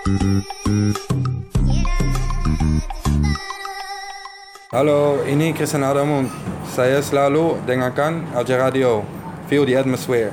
Halo, ini Christian Adamu. Saya selalu dengarkan LJ Radio. Feel the atmosphere.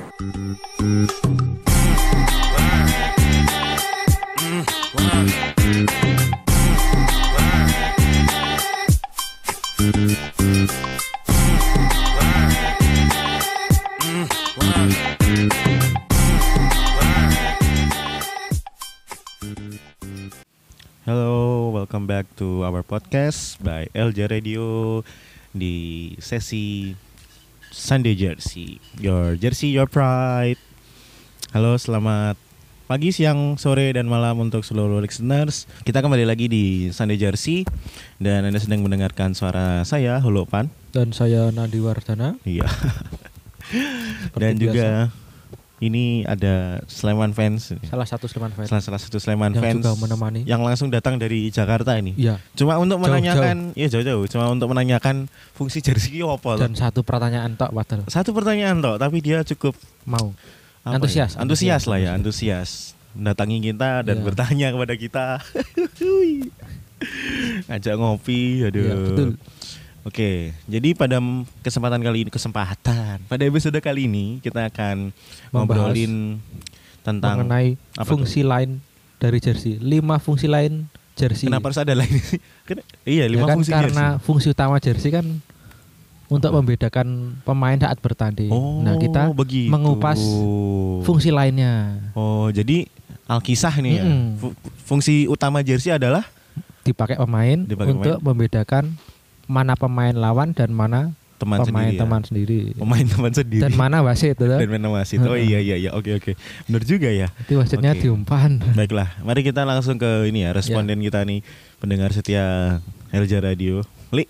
Hello, welcome back to our podcast by LJ Radio di sesi Sunday Jersey. Your Jersey, your pride. Halo, selamat pagi, siang, sore, dan malam untuk seluruh listeners. Kita kembali lagi di Sunday Jersey dan Anda sedang mendengarkan suara saya, Holopan. Dan saya Nadi Wardana. Iya. Dan juga ini ada Sleman fans. Salah satu Sleman fans. Salah satu Sleman yang fans juga menemani. Yang langsung datang dari Jakarta ini. Iya. Cuma untuk menanyakan, jauh-jauh. jauh-jauh. Cuma untuk menanyakan fungsi jersey apa. Dan satu pertanyaan tok padahal. Satu pertanyaan tok, tapi dia cukup mau. Antusias lah ya, antusias. Mendatangi kita dan bertanya kepada kita. Ngajak ngopi, aduh. Iya, betul. Oke, jadi pada pada episode kali ini kita akan ngobrolin tentang mengenai fungsi lain dari jersey. 5 fungsi lain jersey. Kenapa harus ada lain sih? Iya, 5 kan fungsi karena jersey. fungsi utama jersey kan untuk membedakan pemain saat bertanding. Nah, kita begitu. mengupas fungsi lainnya. Oh, jadi alkisah nih ya. Fungsi utama jersey adalah dipakai pemain untuk membedakan mana pemain lawan dan mana pemain teman sendiri. Pemain teman sendiri. Dan mana wasit itu. Dan mana wasit. Oh iya. Oke. Benar juga ya. Itu wasitnya diumpan. Baiklah, mari kita langsung ke ini ya, responden kita nih, pendengar setia LJ Radio. Li.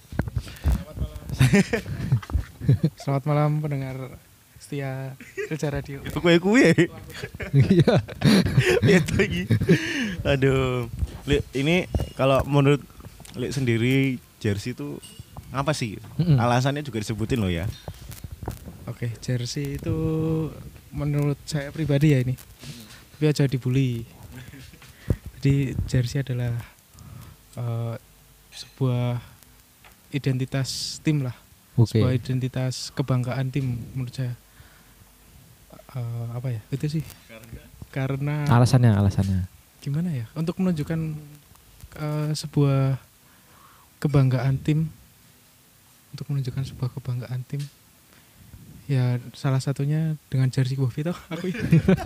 Selamat malam pendengar setia LJ Radio. Kue. Iya. Lihat lagi. Aduh. Li, ini kalau menurut Li sendiri jersey itu apa sih? Alasannya juga disebutin loh ya. Oke, jersey itu menurut saya pribadi ya ini. Tapi aja dibully. Jadi jersey adalah sebuah identitas tim lah. Okay. Sebuah identitas kebanggaan tim menurut saya. Apa ya? Itu sih. Karena alasannya. Gimana ya? Untuk menunjukkan sebuah kebanggaan tim, ya salah satunya dengan jersey Bovi toh aku.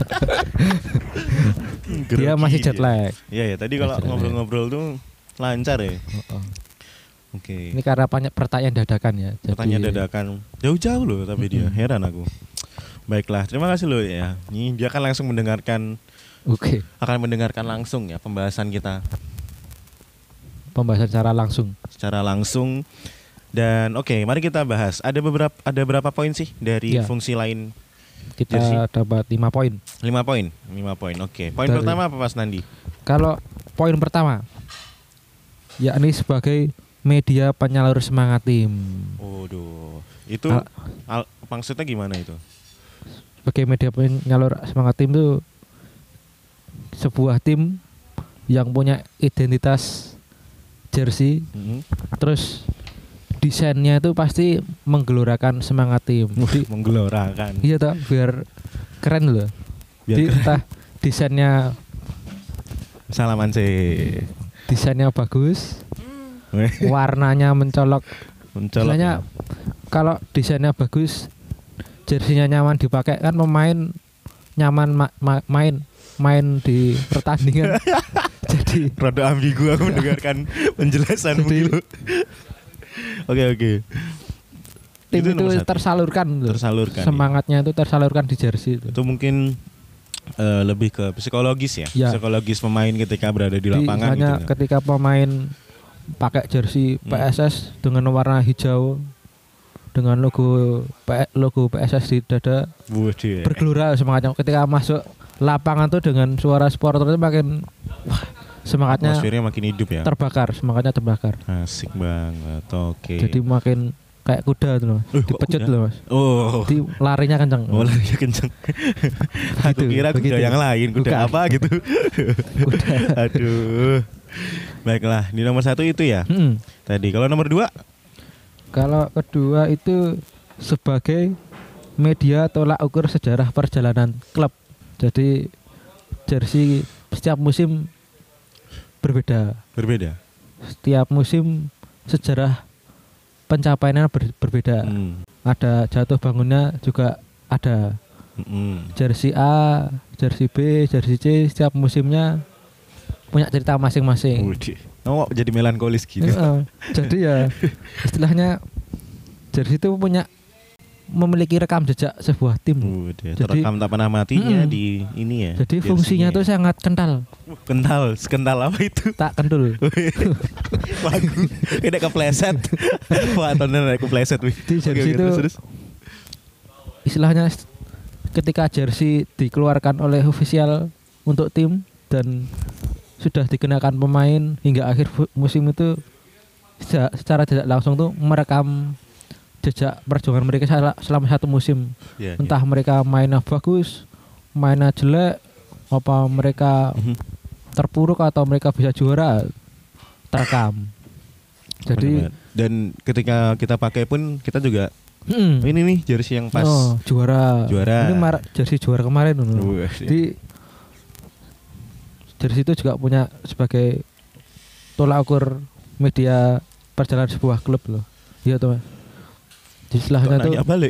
Dia masih jet lag. Iya ya, tadi kalau ngobrol-ngobrol tuh lancar ya. Oke. Ini karena banyak pertanyaan dadakan ya. Pertanyaan dadakan jauh-jauh loh, tapi dia heran aku. Baiklah, terima kasih loh ya. Ini dia akan langsung mendengarkan. Oke. Akan mendengarkan langsung ya pembahasan kita. Pembahasan secara langsung. Dan oke, mari kita bahas. Ada berapa poin sih dari fungsi lain? Kita jersey? dapat 5 poin. 5 poin. Oke. Poin pertama apa Mas Nandi? Kalau poin pertama, yakni sebagai media penyalur semangat tim. Waduh. Itu maksudnya gimana itu? Sebagai media penyalur semangat tim itu sebuah tim yang punya identitas jersey, terus desainnya itu pasti menggelorakan semangat tim. Menggelorakan. Iya toh, biar keren loh. Entah desainnya salaman sih. Desainnya bagus, warnanya mencolok. Misalnya kalau desainnya bagus, jersinya nyaman dipakai, kan pemain nyaman main di pertandingan. Jadi rada ambigu aku mendengarkan penjelasanmu dulu. Oke. Tim itu tersalurkan. Semangatnya itu tersalurkan di jersey itu. Itu mungkin lebih ke psikologis ya. Psikologis pemain ketika berada di lapangan misalnya gitu. Ketika pemain pakai jersey PSS dengan warna hijau dengan logo PSS di dada, bergelora semangatnya. Ketika masuk lapangan tuh dengan suara supporter itu makin semangatnya atmosfernya makin hidup ya. Semangatnya terbakar. Asik banget. Oke. Jadi makin kayak kuda tuh loh, dipecut kuda? loh Mas. Oh. Di larinya kencang. Oh, larinya kencang. Aku kira kuda begitu. yang lain, kuda Bukan. apa gitu. Kuda. Aduh. Baiklah, di nomor 1 itu ya. Tadi kalau nomor 2? Kalau kedua itu sebagai media tolak ukur sejarah perjalanan klub. Jadi jersey setiap musim berbeda. Berbeda. Setiap musim sejarah pencapaiannya berbeda. Ada jatuh bangunnya juga ada. Jersey A, jersey B, jersey C setiap musimnya punya cerita masing-masing. Oh, jadi melankolis gitu. Jadi ya istilahnya jersey itu memiliki rekam jejak sebuah tim. Jadi terekam tak pernah matinya di ini ya. Jadi fungsinya itu sangat kental. Kental, sekental apa itu? Tak kentul. Waduh, ini kepleset. Wah, tonton kepleset wih. Di jersey itu istilahnya ketika jersey dikeluarkan oleh official untuk tim dan sudah dikenakan pemain hingga akhir musim itu secara tidak langsung tuh merekam jejak perjuangan mereka selama satu musim. Entah mereka mainnya bagus, mainnya jelek, apa mereka terpuruk atau mereka bisa juara, terekam. Jadi dan ketika kita pakai pun kita juga ini nih jersey yang pas juara. Ini jersey juara kemarin. Jadi jersey itu juga punya sebagai tolak ukur media perjalanan sebuah klub loh. Iya tuh Mas. Jadi istilahnya tuh balik.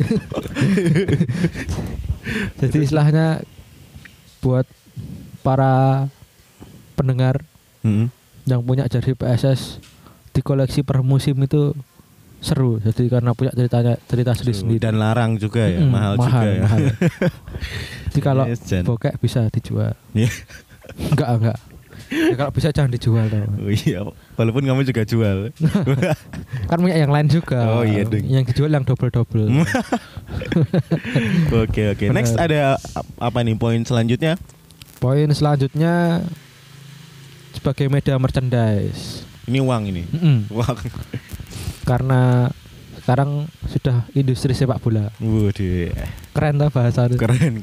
Jadi istilahnya buat para pendengar yang punya jersey PSS di koleksi per musim itu seru. Jadi karena punya cerita sendiri dan larang juga ya, mahal juga ya. Mahal. Jadi kalau bokek bisa dijual. Enggak. Ya, kalau bisa jangan dijual tau. Oh iya, walaupun kamu juga jual. Kan punya yang lain juga. Oh iya deng. Yang dijual yang double. Oke. Next ada apa nih poin selanjutnya? Poin selanjutnya sebagai media merchandise. Ini uang ini. Uang. Karena sekarang sudah industri sepak bola. Waduh. Keren tuh bahasa itu. Keren.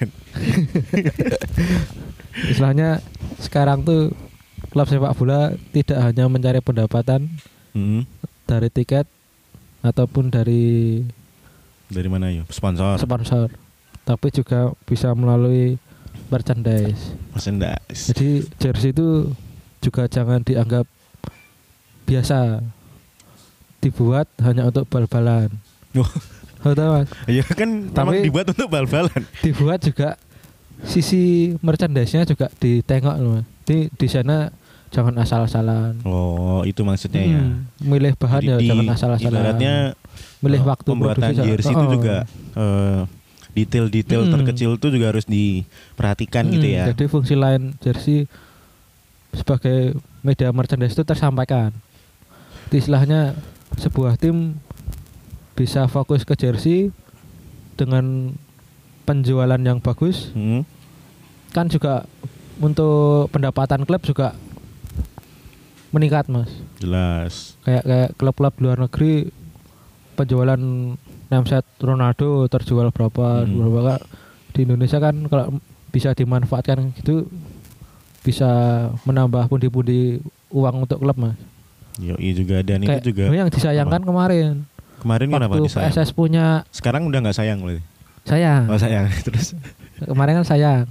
Istilahnya sekarang tuh klub sepak bola tidak hanya mencari pendapatan dari tiket ataupun dari mana ya? Sponsor, tapi juga bisa melalui merchandise. Jadi jersey itu juga jangan dianggap biasa, dibuat hanya untuk bal-balan. Tahu Mas? Iya kan, tapi dibuat untuk bal-balan. Dibuat juga sisi merchandise-nya juga ditengok loh. Di sana jangan asal-asalan. Oh, itu maksudnya ya. Milih bahan ya jangan asal-asalan. Ibaratnya milih waktu pembuatan jersey itu juga detail-detail terkecil itu juga harus diperhatikan gitu ya. Jadi fungsi lain jersey sebagai media merchandise itu tersampaikan. Istilahnya sebuah tim bisa fokus ke jersey dengan penjualan yang bagus, kan juga untuk pendapatan klub juga meningkat Mas. Jelas. Kayak klub-klub luar negeri penjualan name set Ronaldo terjual berapa. Di Indonesia kan kalau bisa dimanfaatkan gitu bisa menambah pundi-pundi uang untuk klub Mas. Yoi juga dan kayak itu juga. Yang disayangkan kemarin. Kemarin kenapa disayang? PSS punya. Sekarang udah nggak sayang loh. Sayang. Oh sayang. Terus kemarin kan sayang.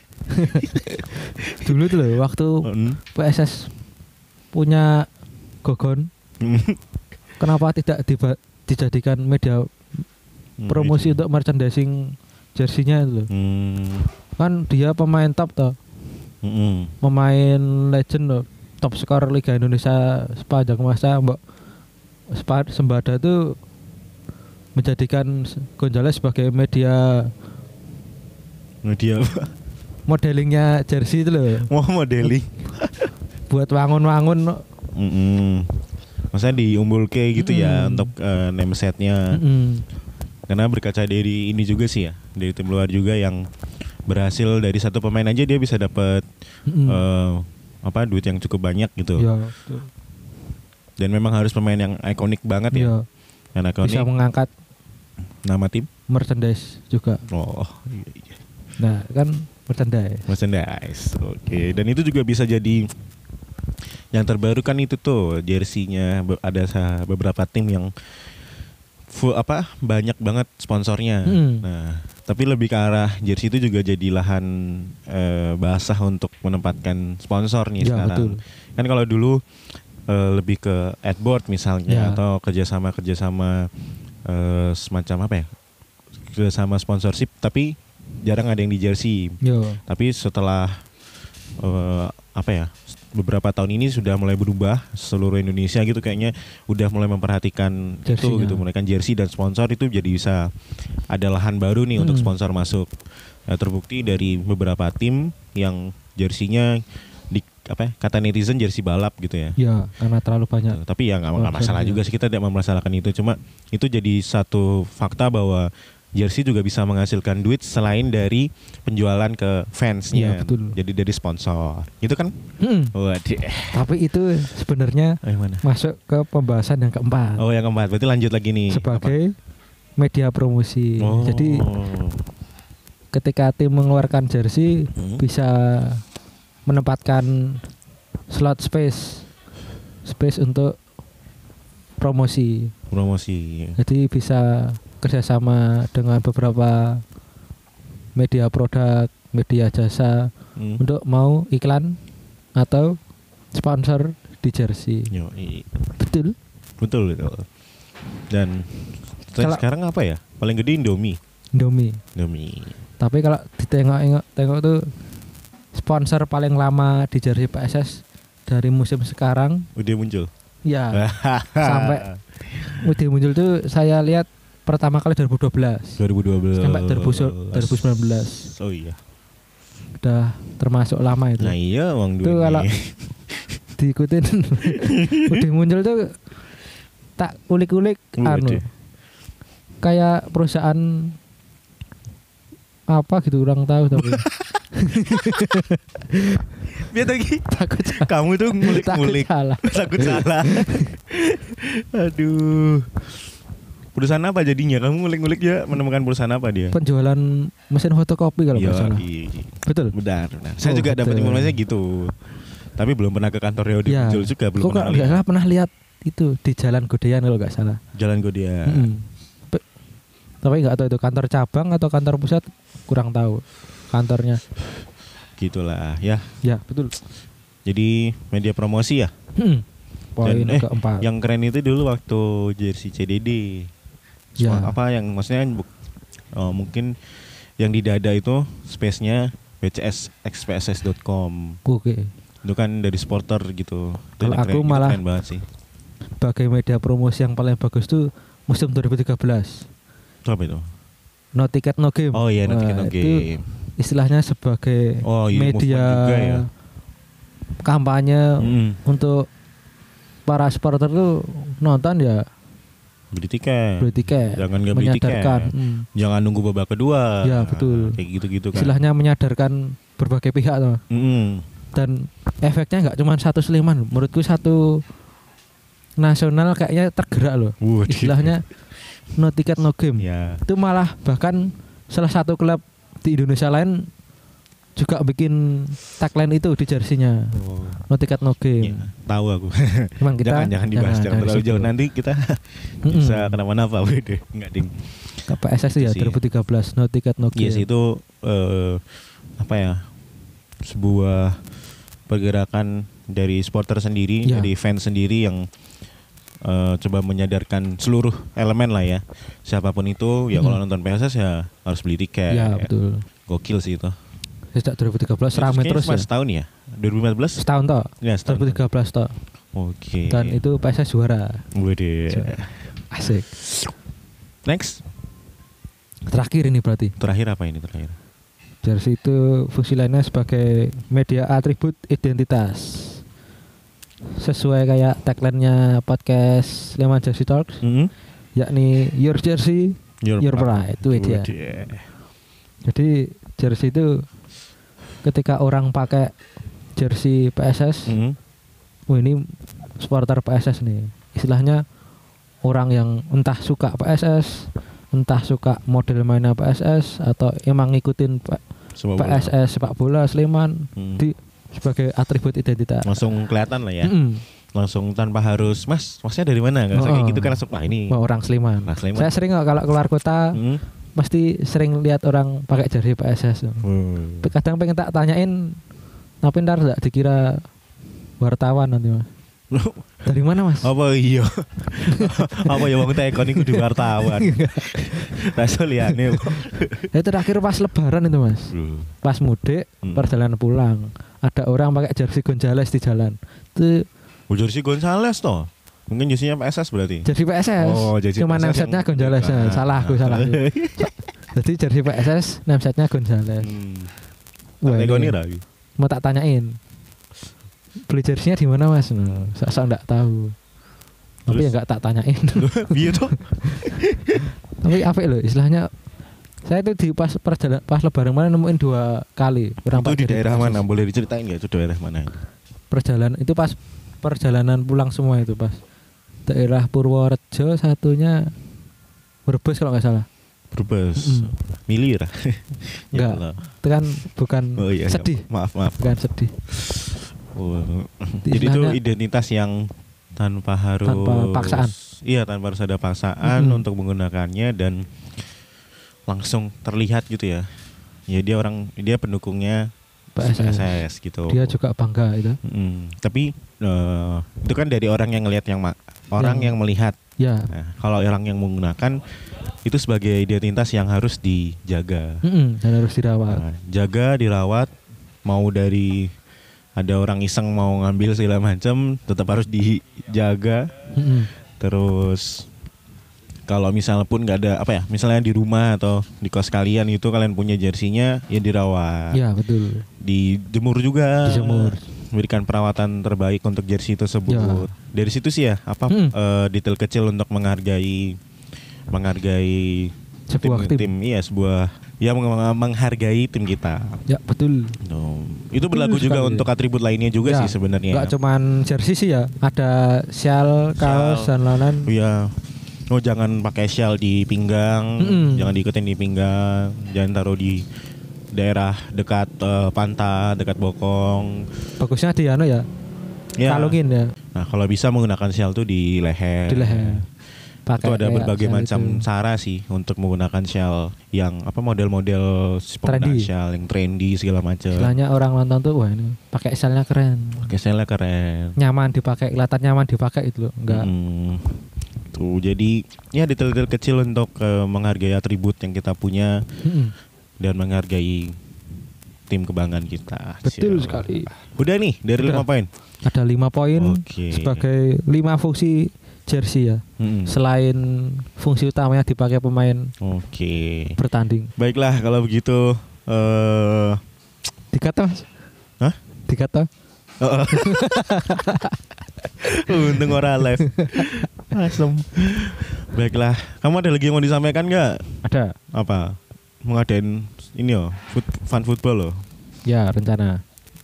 Dulu tuh loh waktu PSS punya Gogon. Kenapa tidak dijadikan media promosi untuk merchandising jersinya itu loh. Kan dia pemain top toh. Pemain legend loh. Top skor Liga Indonesia sepanjang masa Mbak Sembada tuh menjadikan Gonzales sebagai media apa? Modelingnya jersey itu loh. Modeling. Buat wangun-wangun. Maksudnya diumbul kayak gitu ya untuk name setnya. Karena berkaca dari ini juga sih ya, dari tim luar juga yang berhasil dari satu pemain aja dia bisa dapat duit yang cukup banyak gitu. Ya, Dan memang harus pemain yang ikonik banget ya. Yang ikonik bisa mengangkat nama tim. merchandise juga. Oh iya. Nah kan merchandise. Oke. Dan itu juga bisa jadi yang terbaru kan itu tuh jersey-nya ada beberapa tim yang full banyak banget sponsornya. Nah, tapi lebih ke arah jersey itu juga jadi lahan basah untuk menempatkan sponsor nih sekarang. Betul. Kan kalau dulu lebih ke adboard misalnya atau kerjasama semacam kerjasama sponsorship, tapi jarang ada yang di jersey. Tapi setelah beberapa tahun ini sudah mulai berubah, seluruh Indonesia gitu kayaknya udah mulai memperhatikan itu gitu, mulai kan jersey dan sponsor itu jadi bisa ada lahan baru nih untuk sponsor masuk. Terbukti dari beberapa tim yang jersinya kata netizen jersey balap gitu ya. Ya, karena terlalu banyak. Tapi ya nggak masalah juga sih, kita tidak memasalahkan itu. Cuma itu jadi satu fakta bahwa jersey juga bisa menghasilkan duit selain dari penjualan ke fansnya. Betul. Jadi dari sponsor. Gitu kan? Waduh. Tapi itu sebenarnya masuk ke pembahasan yang keempat. Oh, yang keempat. Berarti lanjut lagi nih. Sebagai media promosi. Jadi ketika tim mengeluarkan jersey bisa menempatkan slot space untuk promosi. Jadi bisa kerjasama dengan beberapa media produk, media jasa untuk mau iklan atau sponsor di jersey. Betul. Dan sekarang apa ya? Paling gede Indomie. Tapi kalau ditengok tuh sponsor paling lama di jersey PSS dari musim sekarang udah muncul. Ya. Sampai udah muncul tuh saya lihat pertama kali 2012 sampai 2019. Oh iya. Udah termasuk lama itu. Nah iya uang duit. Itu kalau diikutin udah muncul tuh tak kulik-kulik kayak perusahaan apa gitu, orang tahu tapi. Biar lagi takut kamu tuh ngulik-ngulik. Takut salah. Aduh. Perusahaan apa jadinya? Kamu ngulik-ngulik ya menemukan perusahaan apa dia? Penjualan mesin fotokopi kalau nggak salah. Betul. Benar. Saya juga dapat informasinya gitu. Tapi belum pernah ke kantor Yodi muncul juga, belum pernah lihat. Kok pernah lihat itu di Jalan Godean kalau nggak salah. Jalan Godean. Tapi nggak tahu itu kantor cabang atau kantor pusat, kurang tahu kantornya. Gitulah ya. Ya betul. Jadi media promosi ya. Poin keempat. Yang keren itu dulu waktu jersey CDD. Apa yang maksudnya mungkin yang di dada itu space-nya bcsxpss.com. Oke. Itu kan dari supporter gitu. Kalau aku malah keren banget sih. Sebagai media promosi yang paling bagus tuh musim 2013. Apa itu? No Ticket No Game. Oh iya, No Ticket No Game. Istilahnya sebagai media ya. Kampanye untuk para supporter tuh nonton ya beli tiket. Jangan nggak beli tiket. Jangan nunggu babak kedua. Ya betul. Kayak gitu-gitu kan. Istilahnya menyadarkan berbagai pihak tuh. Dan efeknya nggak cuma satu Sleman, menurutku satu nasional kayaknya tergerak loh. Istilahnya No Ticket No Game. Ya. Itu malah bahkan salah satu klub di Indonesia lain juga bikin tagline itu di jersinya. No Ticket No Game. Ya, tahu aku. Memang kita jangan dibahas terlalu jauh, nanti kita bisa kenapa-napa udah enggak ding. PSS ya 2013 No Ticket No Game. Yes, itu sebuah pergerakan dari supporter sendiri, dari fans sendiri yang coba menyadarkan seluruh elemen lah ya. Siapapun itu ya kalau nonton PSS ya harus beli tiket. Ya betul. Gokil sih itu. Sejak 2013 ramai terus ya. Setahun ya? 2014? Setahun toh. Ya, 2013 toh. Oke. Dan itu PSS juara. Waduh. Asik. Next. Terakhir ini berarti. Terakhir apa ini terakhir? Jersey itu fungsi lainnya sebagai media atribut identitas. Sesuai kayak tagline-nya podcast Sleman Jersey Talks. Yakni Your Jersey, Your Pride. Itu dia. Jadi jersey itu ketika orang pakai jersey PSS, ini supporter PSS nih, istilahnya orang yang entah suka PSS, entah suka model mainnya PSS atau emang ngikutin PSS sepak bola Sleman di sebagai atribut identitas. Langsung kelihatan lah ya. Langsung tanpa harus masnya dari mana nggak kayak gitu kan langsung ini orang Sleman. Saya sering kalau keluar kota pasti sering lihat orang pakai jersey PSS. Kadang pengen tak tanyain tapi ntar tidak dikira wartawan nanti Mas. Dari mana Mas? Apa iya? Apa ya wong tekon iku di wartawan. Rasa liane. Terakhir pas lebaran itu Mas. Pas mudik perjalanan pulang ada orang pakai jersey Gonzales di jalan. Itu jersey Gonzales toh. Mungkin jersey-nya PSS berarti. Jersey PSS. Oh, jersey cuma PSS namesetnya Gonzales. Salah aku. Jadi jersey PSS namesetnya Gonzales. Wah, ini lagi. Mau tak tanyain. Beli jersey-nya di mana Mas? Saya enggak tahu. Tapi ya enggak tak tanyain. Iya toh. Tapi apa loh istilahnya saya itu di pas lebaran kemarin nemuin 2 kali orang itu di daerah PSS. Mana? Boleh diceritain nggak itu daerah mana? Perjalanan itu pas perjalanan pulang semua itu pas daerah Purworejo, satunya Brebes kalau nggak salah. Brebes. Milir. Enggak. Itu kan bukan sedih. Maaf. Bukan sedih. Jadi itu identitas yang tanpa paksaan. Iya, tanpa harus ada paksaan untuk menggunakannya dan langsung terlihat gitu ya. Ya dia pendukungnya PSS gitu. Dia juga bangga itu. Tapi itu kan dari orang yang ngelihat yang melihat. Ya. Nah, kalau orang yang menggunakan itu sebagai identitas yang harus dijaga. Dan harus dirawat. Nah, jaga, dirawat, mau dari ada orang iseng mau ngambil segala macam tetap harus dijaga. Terus kalau misalnya pun nggak ada misalnya di rumah atau di kos kalian itu kalian punya jersinya ya dirawat. Ya betul. Dijemur juga. Dijemur. Memberikan perawatan terbaik untuk jersey tersebut. Ya. Dari situ sih ya detail kecil untuk menghargai sebuah tim. Iya sebuah ya menghargai tim kita. Ya betul. Itu berlaku juga untuk atribut lainnya juga sih sebenarnya. Gak cuman jersey sih ya, ada shawl, kaos dan lain-lain. Iya. Jangan pakai shawl di pinggang, jangan diikutin di pinggang, jangan taruh di daerah dekat pantat, dekat bokong. Bagusnya di ya. Kalungin ya. Nah, kalau bisa menggunakan shawl tuh di leher. Di leher. Itu ada berbagai macam cara sih untuk menggunakan shawl yang model-model penggunaan shawl yang trendy segala macam. Istilahnya orang nonton tuh wah ini pakai shawlnya keren. Nyaman dipakai, kelihatan nyaman dipakai itu loh. Enggak. Jadi ya detail-detail kecil untuk menghargai atribut yang kita punya dan menghargai tim kebanggaan kita. Betul sekali. Udah nih dari 5 poin. Ada 5 poin sebagai 5 fungsi jersey ya. Selain fungsi utamanya dipakai pemain bertanding. Baiklah kalau begitu dikata Mas? Hah? Dikata? Untung orang live. Asem. Baiklah, kamu ada lagi yang mau disampaikan nggak? Ada. Apa? Mau ngadain ini fun football loh. Ya rencana.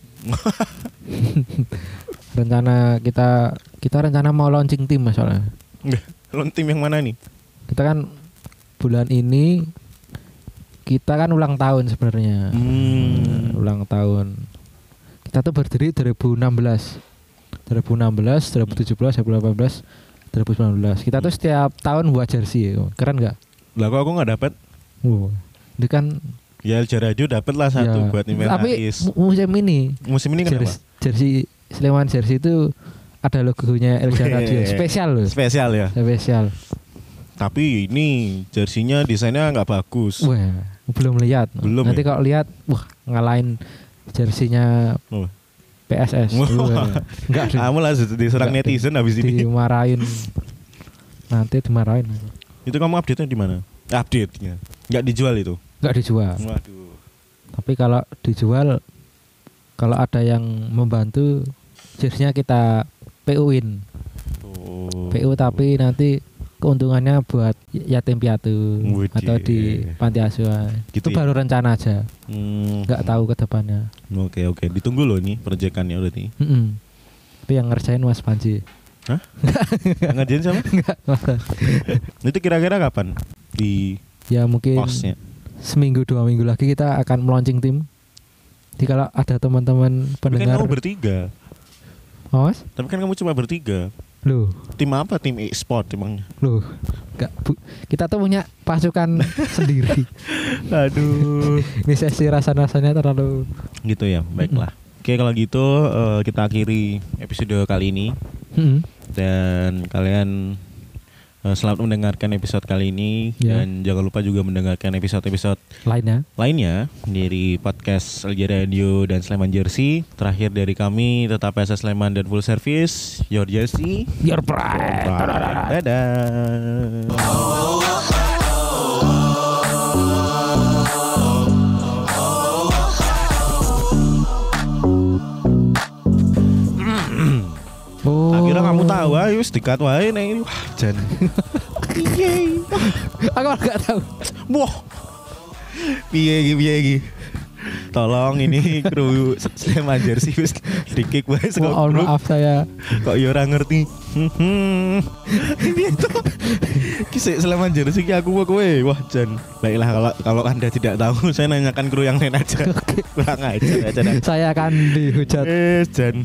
Rencana kita rencana mau launching tim masalah. Launching tim yang mana nih? Kita kan bulan ini kita kan ulang tahun sebenarnya. Ulang tahun. Kita tuh berdiri 2017, 2017, 2018, 2019. Kita tuh setiap tahun buat jersey. Keren nggak? Lah kok aku nggak dapat? Itu kan ya LJ Radio dapat lah satu buat inventaris. Tapi musim ini kenapa? Jersey Sleman jersey itu ada logonya LJ Radio. Spesial loh. Spesial ya. Spesial. Tapi ini jersinya desainnya nggak bagus. Wah, belum lihat. Nanti kalau lihat, ngalahin jersinya PSS. Enggak sih. Kamu lah diserang netizen habis ini. Dimarahin. Nanti dimarahin. Itu kamu update-nya di mana? Update-nya. Enggak dijual itu. Enggak dijual. Waduh. Tapi kalau dijual, kalau ada yang membantu, jersinya kita PU-in. PU tapi nanti keuntungannya buat yatim piatu atau di panti asuhan. Gitu itu baru rencana aja. Nggak tahu ke depannya. Oke. Ditunggu loh nih proyekannya berarti. Tapi yang ngerjain Mas Panji. Hah? Ngerjain sama? Enggak. Itu kira-kira kapan di Ya mungkin posnya? seminggu 2 minggu lagi kita akan meluncing tim. Jadi kalau ada teman-teman Tapi kan pendengar. kamu bertiga. Oh, Mas? Tapi kan kamu cuma bertiga. Loh, Tim apa? Tim e-sport emangnya? loh. Enggak, Bu. Kita tuh punya pasukan sendiri. Aduh. Ini sesi rasanya terlalu Gitu ya, baiklah. Oke, kalau gitu kita akhiri episode kali ini. Dan kalian selamat mendengarkan episode kali ini. Ya. Dan jangan lupa juga mendengarkan episode-episode lainnya dari podcast LJ Radio dan Sleman Jersey. Terakhir dari kami tetap PSS Sleman dan full service. Your Jersey, Your Pride. Dadah. Oh. Akhirnya kamu tahu ayo dikat wae nek ini. Wah, jan. Piye? Aku enggak tahu. Wah. Piye iki? Tolong ini kru Sleman Jersey wis di-kick wae saka Mohon grup. maaf saya. Kok ya ora ngerti. Piye to? Kisah Sleman Jersey ki aku kowe. Wah, jan. Baiklah kalau Anda tidak tahu, saya nanyakan kru yang lain aja. Kurang ajar aja. Saya akan dihujat. Jan.